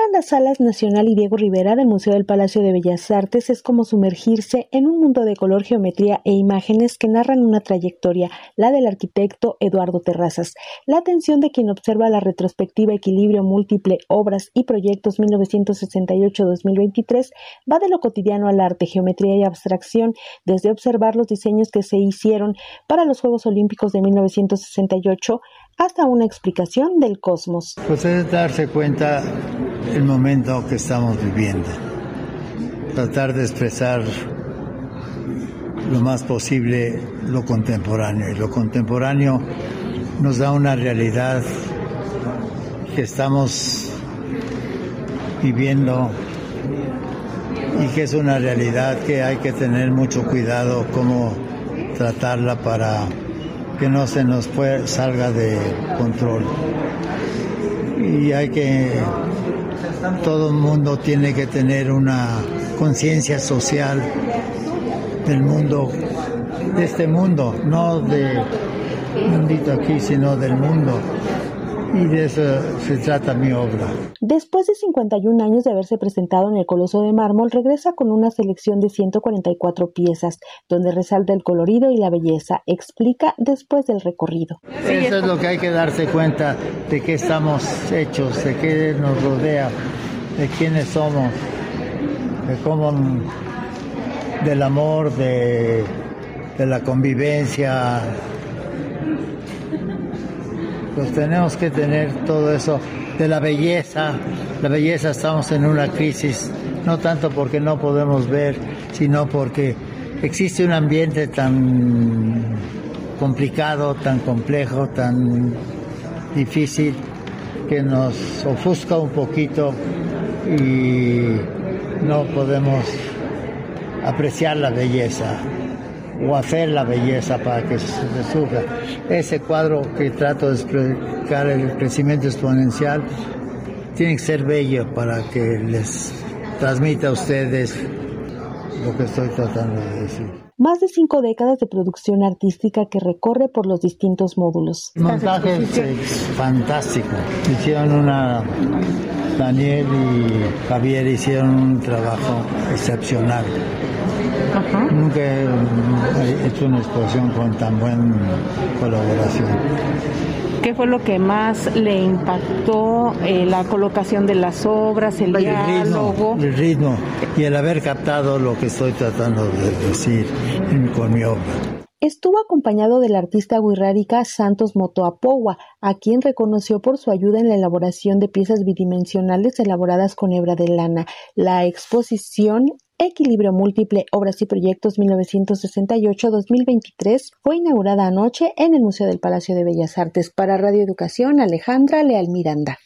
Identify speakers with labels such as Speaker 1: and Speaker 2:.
Speaker 1: a las salas Nacional y Diego Rivera del Museo del Palacio de Bellas Artes es como sumergirse en un mundo de color, geometría e imágenes que narran una trayectoria, la del arquitecto Eduardo Terrazas. La atención de quien observa la retrospectiva Equilibrio Múltiple, Obras y Proyectos 1968-2023 va de lo cotidiano al arte, geometría y abstracción, desde observar los diseños que se hicieron para los Juegos Olímpicos de 1968 hasta una explicación del cosmos.
Speaker 2: Pues es darse cuenta el momento que estamos viviendo, tratar de expresar lo más posible lo contemporáneo, y lo contemporáneo nos da una realidad que estamos viviendo y que es una realidad que hay que tener mucho cuidado cómo tratarla para que no se nos salga de control. Y todo el mundo tiene que tener una conciencia social del mundo, de este mundo, no de mundito aquí, sino del mundo. Y de eso se trata mi obra.
Speaker 1: Después de 51 años de haberse presentado en el Coloso de Mármol, regresa con una selección de 144 piezas, donde resalta el colorido y la belleza, explica después del recorrido.
Speaker 2: Eso es lo que hay que darse cuenta, de qué estamos hechos, de qué nos rodea, de quiénes somos, de cómo, del amor, de la convivencia. Pues tenemos que tener todo eso, de la belleza. La belleza, estamos en una crisis, no tanto porque no podemos ver, sino porque existe un ambiente tan complicado, tan complejo, tan difícil, que nos ofusca un poquito y no podemos apreciar la belleza o hacer la belleza para que se surja. Ese cuadro que trato de explicar, el crecimiento exponencial, tiene que ser bello para que les transmita a ustedes lo que estoy tratando de decir.
Speaker 1: Más de 5 décadas de producción artística que recorre por los distintos módulos.
Speaker 2: El montaje es fantástico. Daniel y Javier hicieron un trabajo excepcional. Ajá. Nunca he hecho una exposición con tan buena colaboración.
Speaker 3: ¿Qué fue lo que más le impactó? La colocación de las obras, el diálogo.
Speaker 2: El ritmo y el haber captado lo que estoy tratando de decir con mi obra.
Speaker 1: Estuvo acompañado del artista wixárika Santos Motoapowa, a quien reconoció por su ayuda en la elaboración de piezas bidimensionales elaboradas con hebra de lana. La exposición Equilibrio Múltiple, Obras y Proyectos 1968-2023 fue inaugurada anoche en el Museo del Palacio de Bellas Artes. Para Radio Educación, Alejandra Leal Miranda.